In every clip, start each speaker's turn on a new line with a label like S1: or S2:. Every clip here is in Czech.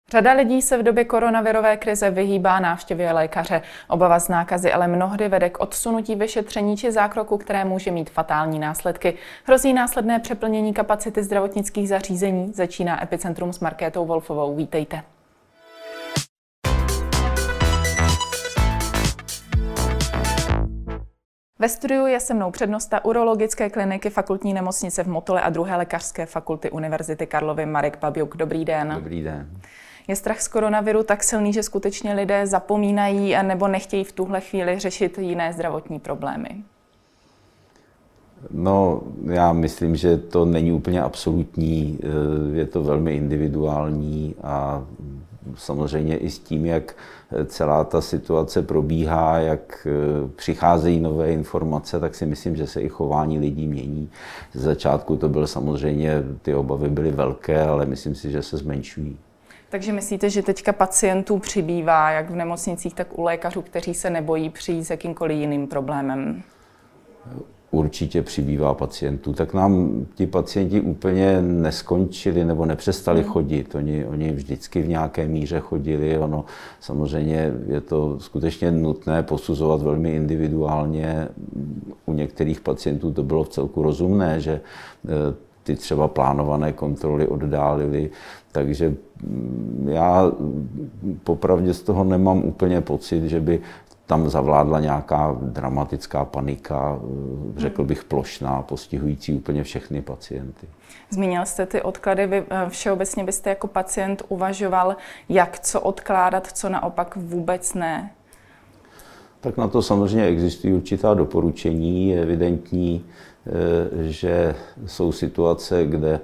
S1: Řada lidí se v době koronavirové krize vyhýbá návštěvě lékaře. Obava z nákazy ale mnohdy vede k odsunutí vyšetření či zákroku, které může mít fatální následky. Hrozí následné přeplnění kapacity zdravotnických zařízení. Začíná Epicentrum s Markétou Wolfovou. Vítejte. Ve studiu je se mnou přednosta urologické kliniky Fakultní nemocnice v Motole a 2. lékařské fakulty Univerzity Karlovy Marek Babiuk. Dobrý den.
S2: Dobrý den.
S1: Je strach z koronaviru tak silný, že skutečně lidé zapomínají nebo nechtějí v tuhle chvíli řešit jiné zdravotní problémy?
S2: No, já myslím, že to není úplně absolutní, je to velmi individuální a samozřejmě i s tím, jak celá ta situace probíhá, jak přicházejí nové informace, tak si myslím, že se i chování lidí mění. Z začátku to bylo samozřejmě, ty obavy byly velké, ale myslím si, že se zmenšují.
S1: Takže myslíte, že teďka pacientů přibývá, jak v nemocnicích, tak u lékařů, kteří se nebojí přijít s jakýmkoliv jiným problémem?
S2: Určitě přibývá pacientů. Tak nám ti pacienti úplně neskončili nebo nepřestali chodit. Oni vždycky v nějaké míře chodili. Ono samozřejmě je to skutečně nutné posuzovat velmi individuálně. U některých pacientů to bylo vcelku rozumné, že ty třeba plánované kontroly oddálili. Takže já popravdě z toho nemám úplně pocit, že by tam zavládla nějaká dramatická panika, řekl bych plošná, postihující úplně všechny pacienty.
S1: Zmínil jste ty odklady, vy všeobecně byste jako pacient uvažoval, jak co odkládat, co naopak vůbec ne?
S2: Tak na to samozřejmě existují určitá doporučení. Je evidentní, že jsou situace, kde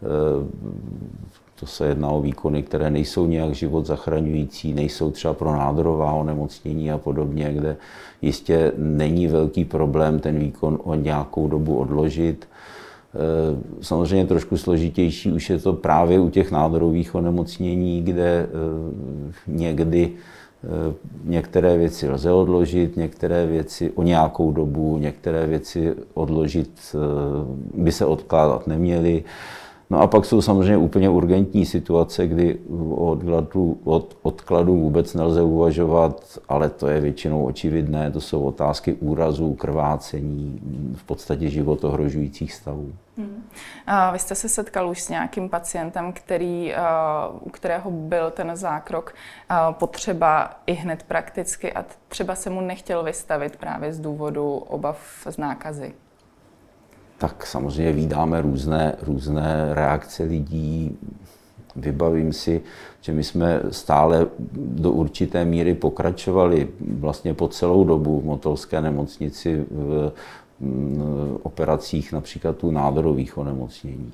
S2: to se jedná o výkony, které nejsou nějak život zachraňující, nejsou třeba pro nádorová onemocnění a podobně, kde jistě není velký problém ten výkon o nějakou dobu odložit. Samozřejmě trošku složitější už je to právě u těch nádorových onemocnění, kde někdy některé věci lze odložit, některé věci o nějakou dobu, některé věci odložit by se odkládat neměly. No a pak jsou samozřejmě úplně urgentní situace, kdy od odkladu vůbec nelze uvažovat, ale to je většinou očividné, to jsou otázky úrazů, krvácení, v podstatě životohrožujících stavů.
S1: Vy jste se setkal už s nějakým pacientem, u kterého byl ten zákrok potřeba i hned prakticky a třeba se mu nechtěl vystavit právě z důvodu obav z nákazy?
S2: Tak samozřejmě vídáme různé reakce lidí. Vybavím si, že my jsme stále do určité míry pokračovali vlastně po celou dobu v Motolské nemocnici v operacích například u nádorových onemocnění.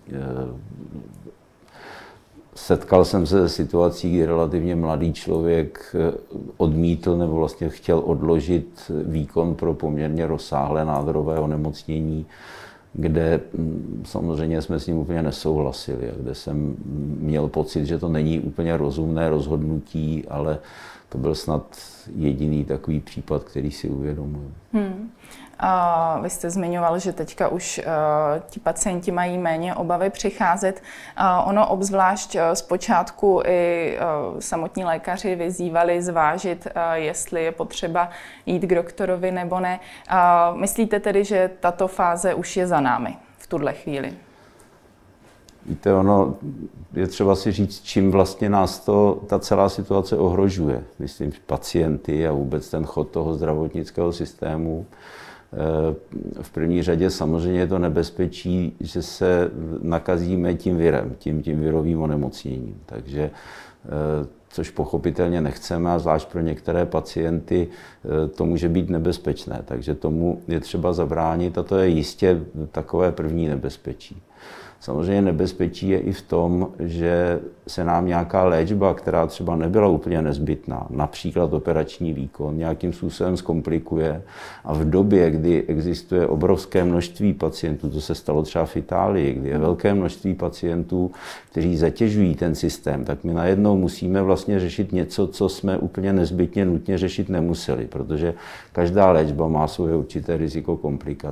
S2: Setkal jsem se s situací, kdy relativně mladý člověk odmítl nebo vlastně chtěl odložit výkon pro poměrně rozsáhlé nádorové onemocnění, kde samozřejmě jsme s ním úplně nesouhlasili a kde jsem měl pocit, že to není úplně rozumné rozhodnutí, ale to byl snad jediný takový případ, který si uvědomuji.
S1: Vy jste zmiňoval, že teďka už ti pacienti mají méně obavy přicházet. Ono obzvlášť zpočátku i samotní lékaři vyzývali zvážit, jestli je potřeba jít k doktorovi nebo ne. Myslíte tedy, že tato fáze už je za námi v tuhle chvíli?
S2: Víte, ono je třeba si říct, čím vlastně nás ta celá situace ohrožuje. Myslím, pacienty a vůbec ten chod toho zdravotnického systému. V první řadě samozřejmě je to nebezpečí, že se nakazíme tím virem, tím virovým onemocněním. Takže což pochopitelně nechceme a zvlášť pro některé pacienty to může být nebezpečné. Takže tomu je třeba zabránit a to je jistě takové první nebezpečí. Samozřejmě nebezpečí je i v tom, že se nám nějaká léčba, která třeba nebyla úplně nezbytná, například operační výkon, nějakým způsobem zkomplikuje a v době, kdy existuje obrovské množství pacientů, to se stalo třeba v Itálii, kdy je velké množství pacientů, kteří zatěžují ten systém, tak my najednou musíme vlastně řešit něco, co jsme úplně nezbytně nutně řešit nemuseli, protože každá léčba má svoje určité riziko komplikací.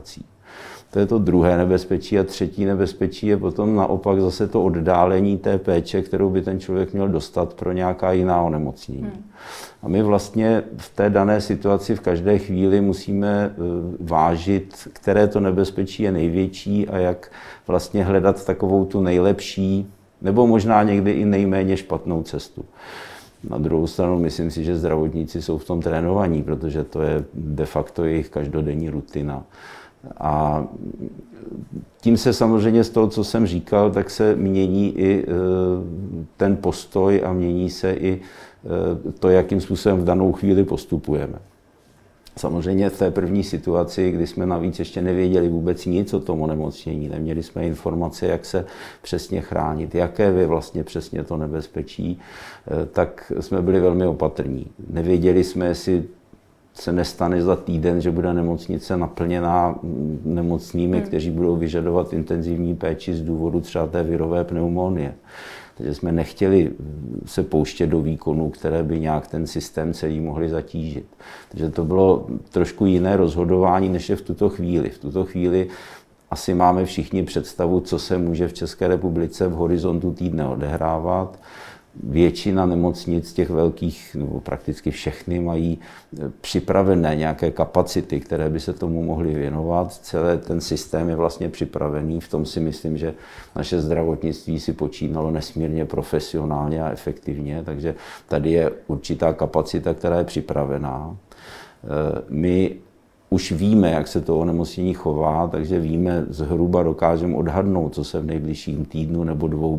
S2: To je to druhé nebezpečí a třetí nebezpečí je potom naopak zase to oddálení té péče, kterou by ten člověk měl dostat pro nějaká jiná onemocnění. A my vlastně v té dané situaci v každé chvíli musíme vážit, které to nebezpečí je největší a jak vlastně hledat takovou tu nejlepší, nebo možná někdy i nejméně špatnou cestu. Na druhou stranu myslím si, že zdravotníci jsou v tom trénovaní, protože to je de facto jejich každodenní rutina. A tím se samozřejmě z toho, co jsem říkal, tak se mění i ten postoj a mění se i to, jakým způsobem v danou chvíli postupujeme. Samozřejmě v té první situaci, kdy jsme navíc ještě nevěděli vůbec nic o tom onemocnění, neměli jsme informace, jak se přesně chránit, jaké je vlastně přesně to nebezpečí, tak jsme byli velmi opatrní. Nevěděli jsme, jestli se nestane za týden, že bude nemocnice naplněná nemocnými, kteří budou vyžadovat intenzivní péči z důvodu třeba té virové pneumonie. Takže jsme nechtěli se pouštět do výkonů, které by nějak ten systém celý mohly zatížit. Takže to bylo trošku jiné rozhodování, než je v tuto chvíli. V tuto chvíli asi máme všichni představu, co se může v České republice v horizontu týdne odehrávat. Většina nemocnic těch velkých, nebo prakticky všechny, mají připravené nějaké kapacity, které by se tomu mohly věnovat. Celý ten systém je vlastně připravený. V tom si myslím, že naše zdravotnictví si počínalo nesmírně profesionálně a efektivně, takže tady je určitá kapacita, která je připravená. My už víme, jak se to onemocnění chová, takže víme, zhruba dokážeme odhadnout, co se v nejbližším týdnu nebo dvou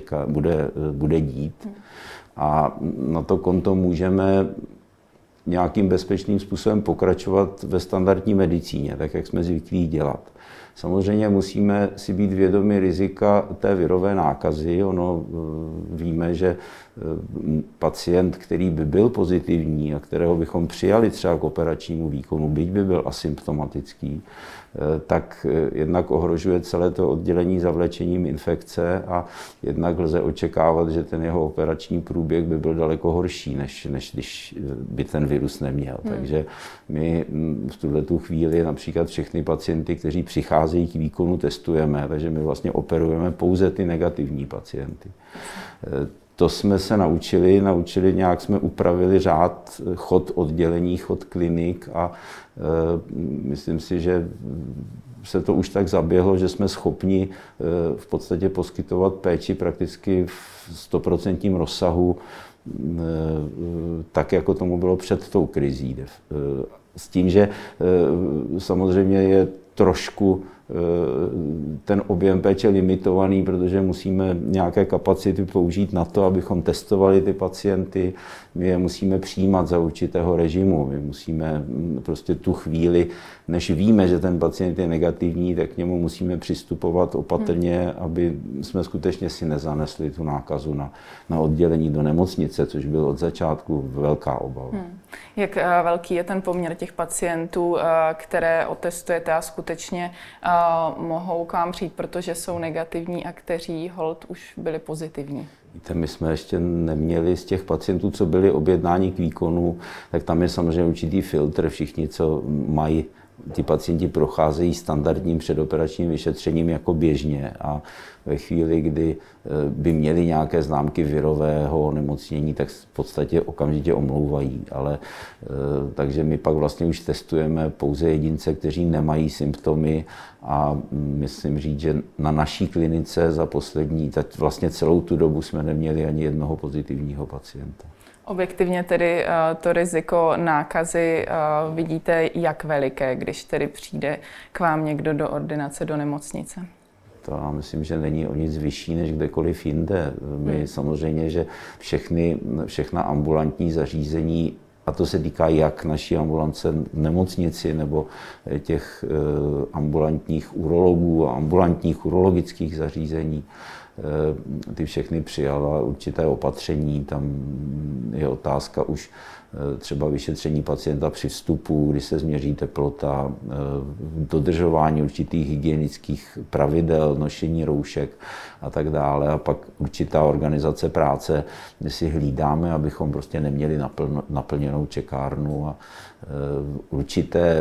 S2: bude dít. A na to konto můžeme nějakým bezpečným způsobem pokračovat ve standardní medicíně, tak jak jsme zvyklí dělat. Samozřejmě musíme si být vědomi rizika té virové nákazy. Víme, že pacient, který by byl pozitivní a kterého bychom přijali třeba k operačnímu výkonu, byť by byl asymptomatický, tak jednak ohrožuje celé to oddělení zavlečením infekce a jednak lze očekávat, že ten jeho operační průběh by byl daleko horší, než když by ten virus neměl. Takže my v tuhletu chvíli například všechny pacienty, kteří přicházejí k výkonu, testujeme, takže my vlastně operujeme pouze ty negativní pacienty. To jsme se naučili, nějak jsme upravili řád, chod oddělení, chod klinik a myslím si, že se to už tak zaběhlo, že jsme schopni v podstatě poskytovat péči prakticky v 100% rozsahu, tak jako tomu bylo před tou krizí. S tím, že samozřejmě je trošku ten objem péče limitovaný, protože musíme nějaké kapacity použít na to, abychom testovali ty pacienty. My je musíme přijímat za určitého režimu. My musíme prostě tu chvíli, než víme, že ten pacient je negativní, tak k němu musíme přistupovat opatrně, aby jsme skutečně si nezanesli tu nákazu na oddělení do nemocnice, což byl od začátku velká obava.
S1: Jak velký je ten poměr těch pacientů, které otestujete a skutečně mohou k vám přijít, protože jsou negativní a kteří holt už byli pozitivní?
S2: Víte, my jsme ještě neměli z těch pacientů, co byli objednáni k výkonu, tak tam je samozřejmě určitý filtr. Všichni, co mají, ty pacienti procházejí standardním předoperačním vyšetřením jako běžně a ve chvíli, kdy by měli nějaké známky virového onemocnění, tak v podstatě okamžitě omlouvají. Takže my pak vlastně už testujeme pouze jedince, kteří nemají symptomy a myslím říct, že na naší klinice za vlastně celou tu dobu jsme neměli ani jednoho pozitivního pacienta.
S1: Objektivně tedy to riziko nákazy vidíte jak veliké, když tedy přijde k vám někdo do ordinace, do nemocnice?
S2: To já myslím, že není o nic vyšší než kdekoliv jinde. My samozřejmě, že všechna ambulantní zařízení, a to se týká jak naší ambulance nemocnici nebo těch ambulantních urologů a ambulantních urologických zařízení, ty všechny přijala určité opatření. Tam je otázka už třeba vyšetření pacienta při vstupu, kdy se změří teplota, dodržování určitých hygienických pravidel, nošení roušek a tak dále. A pak určitá organizace práce, kde si hlídáme, abychom prostě neměli naplněnou čekárnu a určité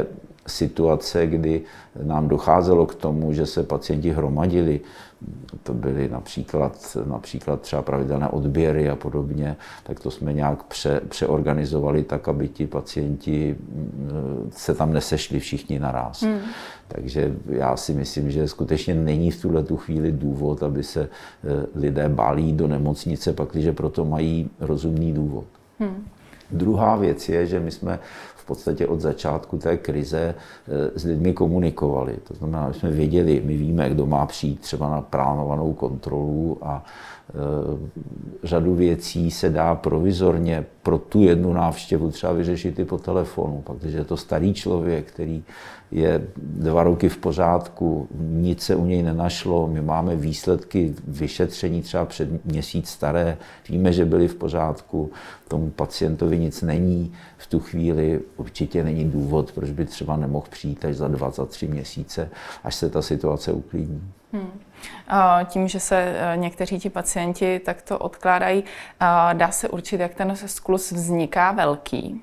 S2: situace, kdy nám docházelo k tomu, že se pacienti hromadili, to byly například třeba pravidelné odběry a podobně, tak to jsme nějak přeorganizovali tak, aby ti pacienti se tam nesešli všichni naráz. Takže já si myslím, že skutečně není v tuhletu chvíli důvod, aby se lidé báli jít do nemocnice, pakliže proto mají rozumný důvod. Druhá věc je, že my jsme v podstatě od začátku té krize s lidmi komunikovali. To znamená, že jsme věděli, my víme, kdo má přijít třeba na plánovanou kontrolu a řadu věcí se dá provizorně pro tu jednu návštěvu třeba vyřešit i po telefonu. Pak, když je to starý člověk, který je 2 roky v pořádku, nic se u něj nenašlo, my máme výsledky vyšetření třeba před měsíc staré, víme, že byli v pořádku, tomu pacientovi nic není, v tu chvíli určitě není důvod, proč by třeba nemohl přijít až za 2, za 3 měsíce, až se ta situace uklidní.
S1: Tím, že se někteří ti pacienti takto odkládají, dá se určit, jak ten skluz vzniká velký?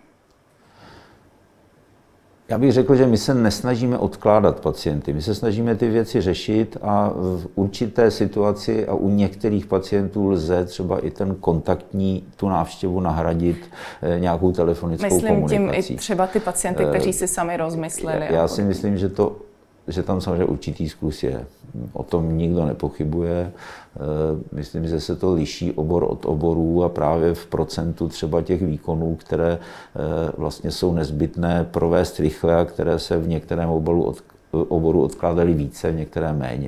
S2: Já bych řekl, že my se nesnažíme odkládat pacienty, my se snažíme ty věci řešit a v určité situaci a u některých pacientů lze třeba i tu návštěvu nahradit nějakou telefonickou komunikací.
S1: Myslím tím i třeba ty pacienty, kteří si sami rozmysleli.
S2: Já si myslím, že tam samozřejmě určitý skluz je. O tom nikdo nepochybuje. Myslím, že se to liší obor od oborů a právě v procentu třeba těch výkonů, které vlastně jsou nezbytné provést rychle a které se v některém oboru odkládaly více, v některém méně.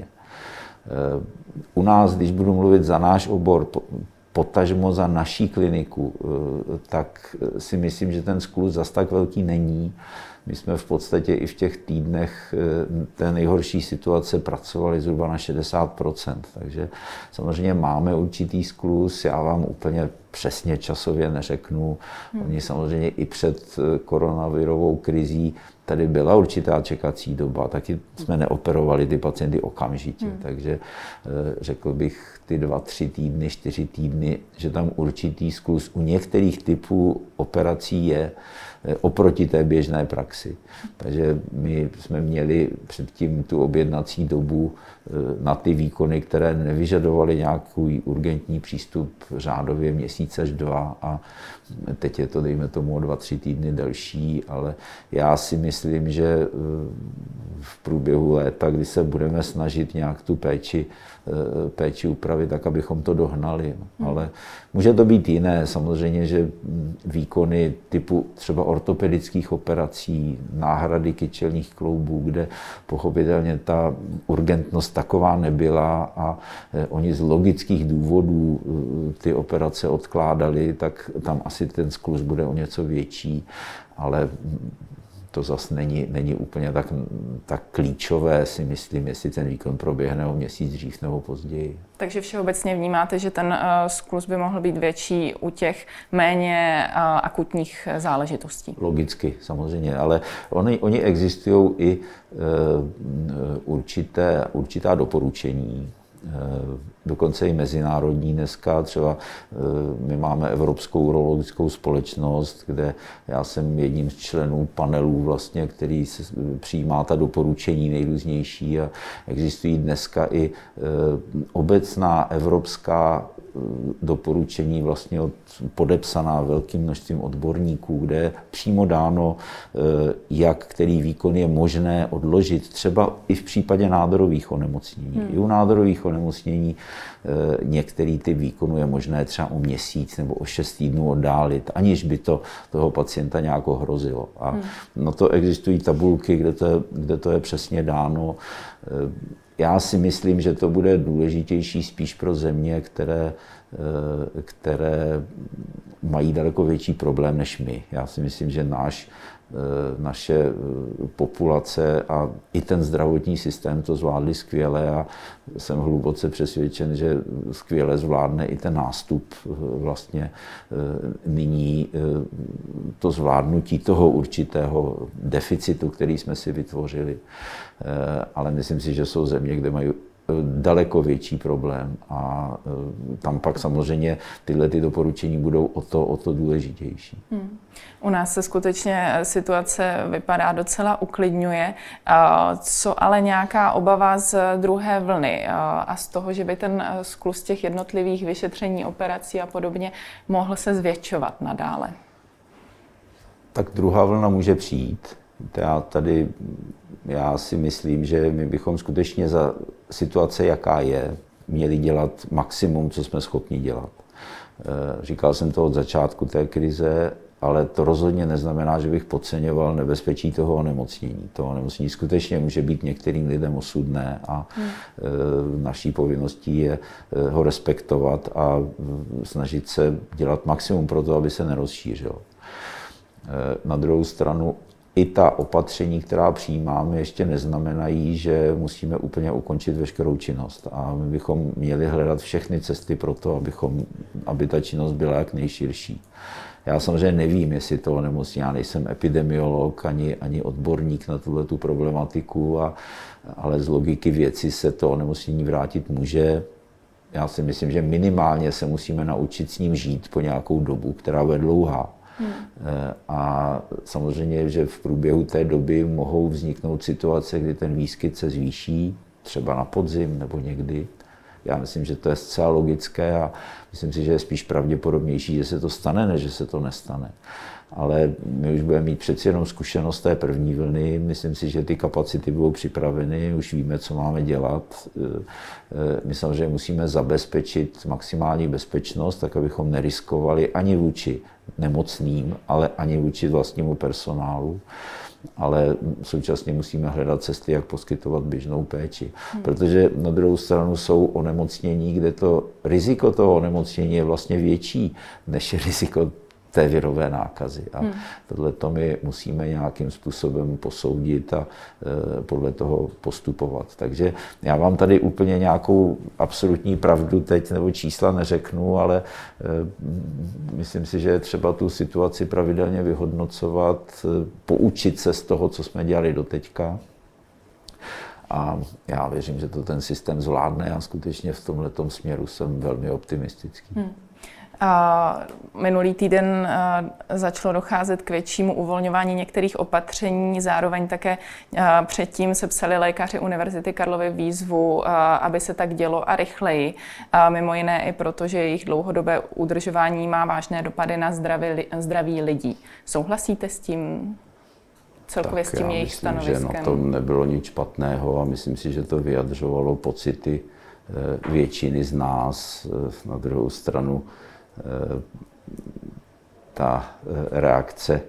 S2: U nás, když budu mluvit za náš obor, potažmo za naší kliniku, tak si myslím, že ten skluz zas tak velký není. My jsme v podstatě i v těch týdnech té nejhorší situace pracovali zhruba na 60%, takže samozřejmě máme určitý skluz, já vám úplně přesně časově neřeknu. Oni samozřejmě i před koronavirovou krizí tady byla určitá čekací doba, taky jsme neoperovali ty pacienty okamžitě, takže řekl bych ty 2, 3 týdny, 4 týdny, že tam určitý skluz u některých typů operací je oproti té běžné praxi. Takže my jsme měli předtím tu objednací dobu na ty výkony, které nevyžadovaly nějaký urgentní přístup řádově měsíc až 2 a teď je to, dejme tomu, o 2, 3 týdny delší, ale já si myslím, že v průběhu léta, kdy se budeme snažit nějak tu péči upravit, tak abychom to dohnali. Ale může to být jiné. Samozřejmě, že výkony typu třeba ortopedických operací, náhrady kyčelních kloubů, kde pochopitelně ta urgentnost taková nebyla a oni z logických důvodů ty operace odkládali, tak tam asi ten skluz bude o něco větší, ale to zase není úplně tak klíčové, si myslím, jestli ten výkon proběhne o měsíc dřív nebo později.
S1: Takže všeobecně vnímáte, že ten skluz by mohl být větší u těch méně akutních záležitostí? Logicky,
S2: samozřejmě, ale oni existují i určitá doporučení, dokonce i mezinárodní dneska. Třeba my máme Evropskou urologickou společnost, kde já jsem jedním z členů panelů, vlastně, který přijímá ta doporučení nejrůznější a existují dneska i obecná evropská doporučení vlastně podepsaná velkým množstvím odborníků, kde je přímo dáno, jak který výkon je možné odložit, třeba i v případě nádorových onemocnění. I u nádorových onemocnění některý typ výkonu je možné třeba o měsíc nebo o 6 týdnů oddálit, aniž by to toho pacienta nějak ohrozilo. A na to existují tabulky, kde to je přesně dáno. Já si myslím, že to bude důležitější spíš pro země, které mají daleko větší problém než my. Já si myslím, že naše populace a i ten zdravotní systém to zvládli skvěle a jsem hluboce přesvědčen, že skvěle zvládne i ten nástup vlastně nyní to zvládnutí toho určitého deficitu, který jsme si vytvořili. Ale myslím si, že jsou země, kde mají daleko větší problém a tam pak samozřejmě tyhle ty doporučení budou o to důležitější.
S1: U nás se skutečně situace vypadá docela uklidňuje. Co ale nějaká obava z druhé vlny a z toho, že by ten skluz těch jednotlivých vyšetření, operací a podobně mohl se zvětšovat nadále?
S2: Tak druhá vlna může přijít. Já si myslím, že my bychom skutečně za situace, jaká je, měli dělat maximum, co jsme schopni dělat. Říkal jsem to od začátku té krize, ale to rozhodně neznamená, že bych podceňoval nebezpečí toho onemocnění. To onemocnění skutečně může být některým lidem osudné a naší povinností je ho respektovat a snažit se dělat maximum pro to, aby se nerozšířil. Na druhou stranu i ta opatření, která přijímáme, ještě neznamenají, že musíme úplně ukončit veškerou činnost. A my bychom měli hledat všechny cesty pro to, aby ta činnost byla jak nejširší. Já samozřejmě nevím, jestli to onemocnění, já nejsem epidemiolog ani odborník na tu problematiku, ale z logiky věci se to onemocnění vrátit může. Já si myslím, že minimálně se musíme naučit s ním žít po nějakou dobu, která bude dlouhá. A samozřejmě, že v průběhu té doby mohou vzniknout situace, kdy ten výskyt se zvýší, třeba na podzim nebo někdy. Já myslím, že to je zcela logické a myslím si, že je spíš pravděpodobnější, že se to stane, než že se to nestane. Ale my už budeme mít přeci jenom zkušenost té první vlny. Myslím si, že ty kapacity budou připraveny, už víme, co máme dělat. My samozřejmě musíme zabezpečit maximální bezpečnost, tak abychom neriskovali ani vůči nemocným, ale ani vůči vlastnímu personálu. Ale současně musíme hledat cesty, jak poskytovat běžnou péči. Protože na druhou stranu jsou onemocnění, kde to riziko toho onemocnění je vlastně větší, než je riziko té virové nákazy. A tohleto my musíme nějakým způsobem posoudit a podle toho postupovat. Takže já vám tady úplně nějakou absolutní pravdu teď nebo čísla neřeknu, ale myslím si, že je třeba tu situaci pravidelně vyhodnocovat, poučit se z toho, co jsme dělali doteďka. A já věřím, že to ten systém zvládne a skutečně v tomhletom směru jsem velmi optimistický.
S1: Minulý týden začalo docházet k většímu uvolňování některých opatření, zároveň také předtím sepsali lékaři Univerzity Karlovy výzvu, aby se tak dělo a rychleji. Mimo jiné i proto, že jejich dlouhodobé udržování má vážné dopady na zdraví lidí. Souhlasíte s tím? Celkově s tím jejich stanoviskem?
S2: Že na tom nebylo nic špatného a myslím si, že to vyjadřovalo pocity většiny z nás. Na druhou stranu ta reakce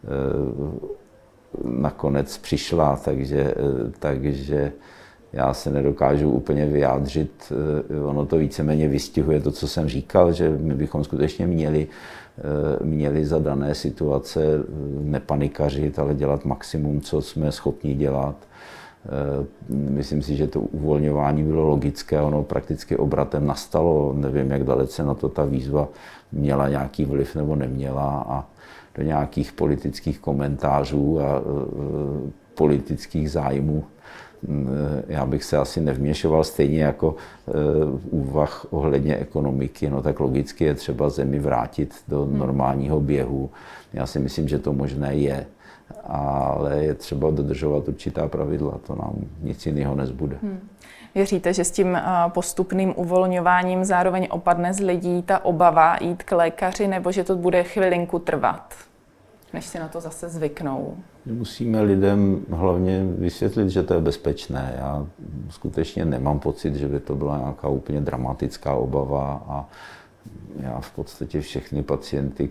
S2: nakonec přišla, takže já se nedokážu úplně vyjádřit. Ono to víceméně vystihuje to, co jsem říkal, že my bychom skutečně měli za dané situace nepanikařit, ale dělat maximum, co jsme schopni dělat. Myslím si, že to uvolňování bylo logické, ono prakticky obratem nastalo. Nevím, jak dalece na to ta výzva měla nějaký vliv nebo neměla a do nějakých politických komentářů a politických zájmů já bych se asi nevměšoval, stejně jako úvah ohledně ekonomiky. No tak logicky je třeba zemi vrátit do normálního běhu. Já si myslím, že to možné je, ale je třeba dodržovat určitá pravidla, to nám nic jiného nezbude.
S1: Věříte, že s tím postupným uvolňováním zároveň opadne z lidí ta obava jít k lékaři, nebo že to bude chvilinku trvat, než si na to zase zvyknou?
S2: Musíme lidem hlavně vysvětlit, že to je bezpečné. Já skutečně nemám pocit, že by to byla nějaká úplně dramatická obava a já v podstatě všechny pacienty,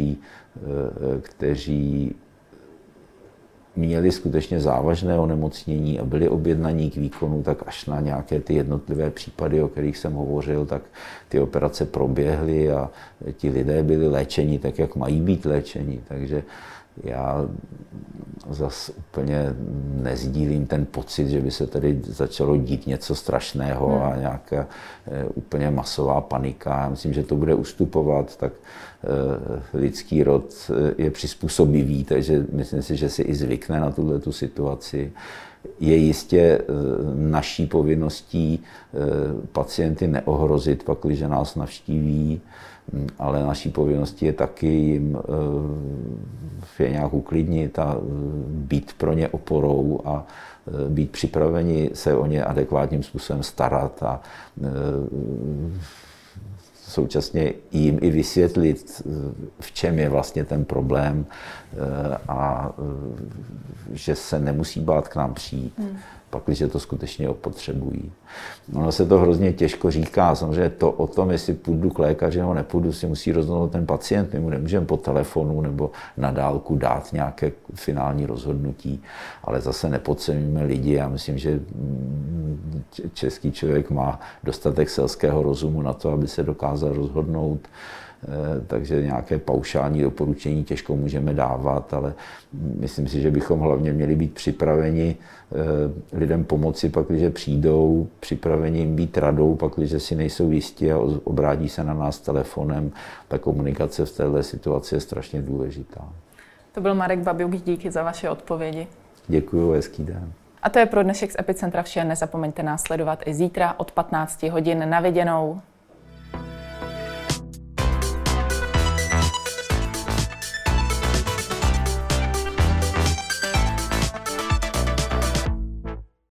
S2: kteří měli skutečně závažné onemocnění a byli objednaní k výkonu, tak až na nějaké ty jednotlivé případy, o kterých jsem hovořil, tak ty operace proběhly a ti lidé byli léčeni tak, jak mají být léčeni. Takže já zas úplně nezdílím ten pocit, že by se tady začalo dít něco strašného a nějaká úplně masová panika. Já myslím, že to bude ustupovat, tak lidský rod je přizpůsobivý, takže myslím si, že si i zvykne na tu situaci. Je jistě naší povinností pacienty neohrozit, pakliže nás navštíví, ale naší povinností je taky jim je nějak uklidnit a být pro ně oporou a být připraveni se o ně adekvátním způsobem starat a současně jim i vysvětlit, v čem je vlastně ten problém a že se nemusí bát k nám přijít, pakliže to skutečně potřebují. Ono se to hrozně těžko říká, samozřejmě to o tom, jestli půjdu k lékaři nebo nepůjdu, si musí rozhodnout ten pacient. My mu nemůžeme po telefonu nebo na dálku dát nějaké finální rozhodnutí, ale zase nepodceňujeme lidi. Já myslím, že český člověk má dostatek selského rozumu na to, aby se dokázal rozhodnout. Takže nějaké paušální doporučení těžko můžeme dávat, ale myslím si, že bychom hlavně měli být připraveni lidem pomoci, pakliže přijdou, připraveni jim být radou, pakliže si nejsou jistí a obrátí se na nás telefonem. Ta komunikace v této situaci je strašně důležitá.
S1: To byl Marek Babiuk, díky za vaše odpovědi.
S2: Děkuji, hezký den.
S1: A to je pro dnešek z Epicentra vše. Nezapomeňte nás sledovat i zítra od 15 hodin. Na viděnou.